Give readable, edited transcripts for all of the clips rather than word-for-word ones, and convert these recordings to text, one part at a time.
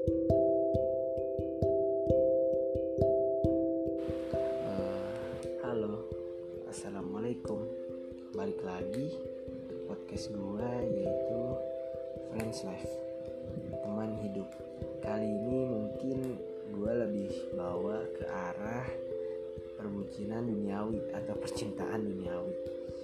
Halo, assalamualaikum. Balik lagi podcast gue, yaitu Friends Life, teman hidup. Kali ini mungkin gue lebih bawa ke arah perbucinan duniawi atau percintaan duniawi.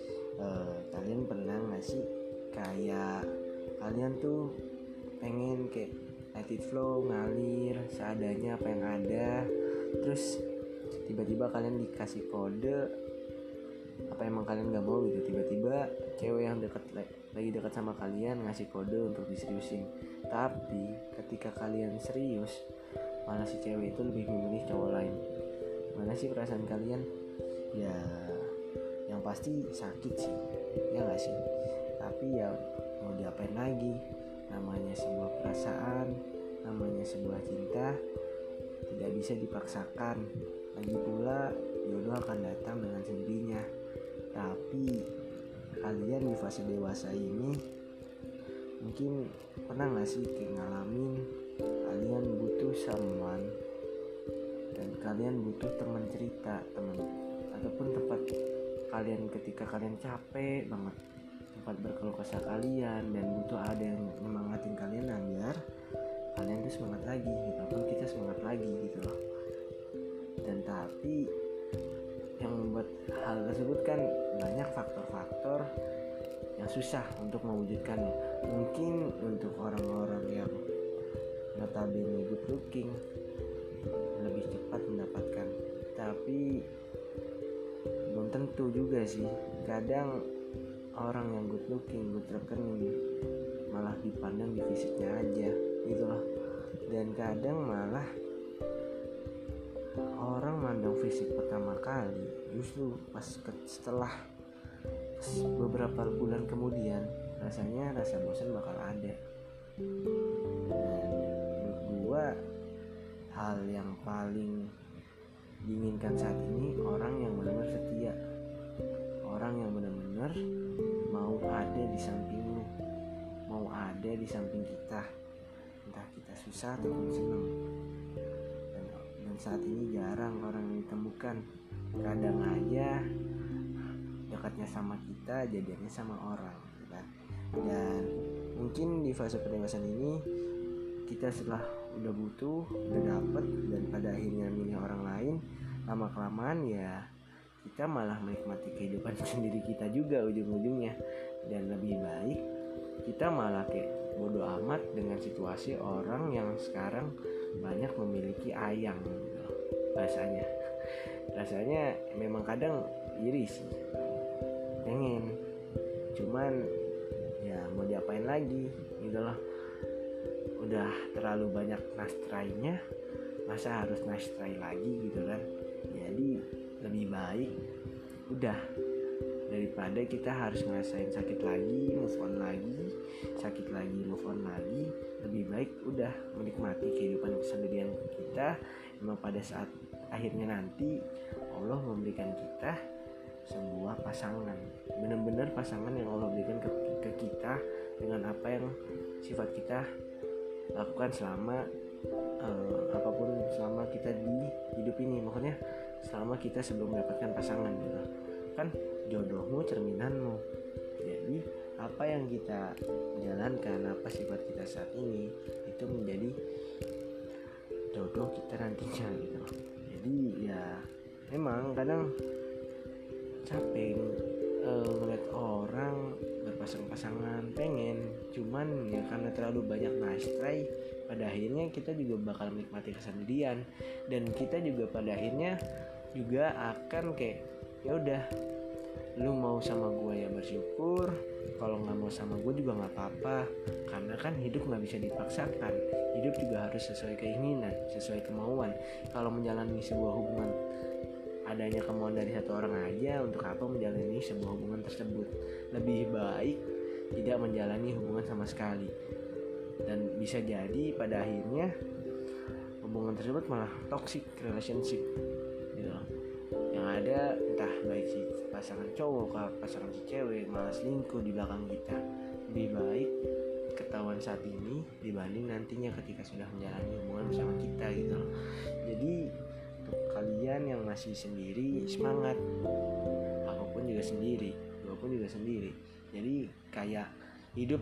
Kalian pernah gak sih kayak kalian tuh pengen kayak let it flow, ngalir seadanya apa yang ada, terus tiba-tiba kalian dikasih kode apa emang kalian gak mau gitu. Tiba-tiba cewek yang lagi dekat sama kalian ngasih kode untuk diseriusin, tapi ketika kalian serius malah si cewek itu lebih memilih cowok lain. Mana sih perasaan kalian? Ya yang pasti sakit sih, ya gak sih? Tapi ya mau diapain lagi, namanya sebuah perasaan, namanya sebuah cinta, tidak bisa dipaksakan. Lagi pula jodoh akan datang dengan sendirinya. Tapi kalian di fase dewasa ini mungkin pernah gak sih kayak ngalamin kalian butuh someone, dan kalian butuh teman cerita, teman ataupun tempat kalian ketika kalian capek banget, tempat berkeluh kesah kalian, dan butuh ada yang nyemangatin kalian agar kalian tuh semangat lagi gitu, ataupun kita semangat lagi gitu loh. Dan tapi yang membuat hal tersebut kan banyak faktor-faktor yang susah untuk mewujudkannya. Mungkin untuk orang-orang yang notabene good looking lebih cepat mendapatkan, tapi belum tentu juga sih. Kadang orang yang good looking, good rekening malah dipandang di fisiknya aja gitu loh. Dan kadang malah orang mandang fisik pertama kali justru setelah beberapa bulan kemudian rasanya rasa bosan bakal ada. Dan menurut gua hal yang paling diinginkan saat ini orang yang benar-benar setia, orang yang benar-benar mau ada di samping lu, mau ada di samping kita, entah kita susah ataupun senang. Dan saat ini jarang orang yang ditemukan. Kadang aja dekatnya sama kita, jadiannya sama orang kan? Dan mungkin di fase pendewasaan ini kita setelah udah butuh, udah dapet, dan pada akhirnya milih orang lain, lama kelamaan ya kita malah menikmati kehidupan sendiri kita juga ujung-ujungnya. Dan lebih baik kita malah kayak bodo amat dengan situasi orang yang sekarang banyak memiliki ayang gitu. Rasanya memang kadang iri sih, pengen, cuman ya mau diapain lagi gitu loh. Udah terlalu banyak nastrainya, masa harus nastrai lagi gitu kan. Jadi lebih baik udah, daripada kita harus ngerasain sakit lagi, move on lagi, sakit lagi, move on lagi. Lebih baik udah menikmati kehidupan kesendirian kita. Memang pada saat akhirnya nanti Allah memberikan kita sebuah pasangan, benar-benar pasangan yang Allah berikan ke kita dengan apa yang sifat kita lakukan selama apapun selama kita di hidup ini. Maksudnya selama kita sebelum mendapatkan pasangan gitu kan, jodohmu cerminanmu. Jadi apa yang kita jalankan, apa sifat kita saat ini, itu menjadi jodoh kita nantinya gitu. Jadi ya memang kadang capek ngeliat orang berpasang-pasangan, pengen, cuman ya karena terlalu banyak nastrai, pada akhirnya kita juga bakal menikmati kesendirian. Dan kita juga pada akhirnya juga akan kayak ya udah, lu mau sama gue ya bersyukur, kalau nggak mau sama gue juga nggak apa-apa, karena kan hidup nggak bisa dipaksakan. Hidup juga harus sesuai keinginan, sesuai kemauan. Kalau menjalani sebuah hubungan adanya kemauan dari satu orang aja, untuk apa menjalani sebuah hubungan tersebut? Lebih baik tidak menjalani hubungan sama sekali. Dan bisa jadi pada akhirnya hubungan tersebut malah toxic relationship gitu loh. Yang ada entah baik si pasangan cowok atau pasangan si cewek malah selingkuh di belakang kita. Lebih baik ketahuan saat ini dibanding nantinya ketika sudah menjalani hubungan bersama kita gitu loh. Jadi untuk kalian yang masih sendiri, semangat. Aku pun juga sendiri, gue pun juga sendiri. Jadi kayak hidup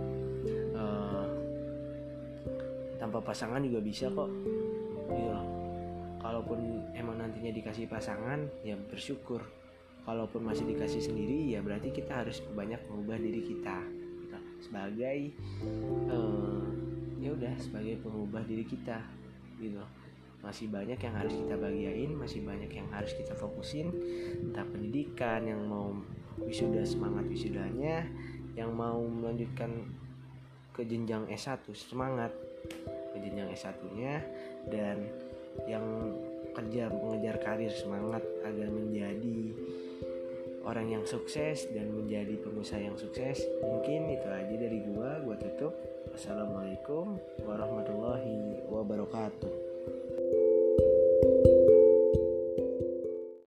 tanpa pasangan juga bisa kok gitu loh. Kalaupun emang nantinya dikasih pasangan, ya bersyukur. Kalaupun masih dikasih sendiri, ya berarti kita harus banyak mengubah diri kita gitu. Sebagai ya udah sebagai pengubah diri kita gitu. Masih banyak yang harus kita bahagiain, masih banyak yang harus kita fokusin, entah pendidikan, yang mau wisuda semangat wisudanya, yang mau melanjutkan ke jenjang S1 semangat ke jenjang S1-nya, dan yang mengejar karir semangat agar menjadi orang yang sukses dan menjadi pengusaha yang sukses. Mungkin itu aja dari gua tutup. Assalamualaikum warahmatullahi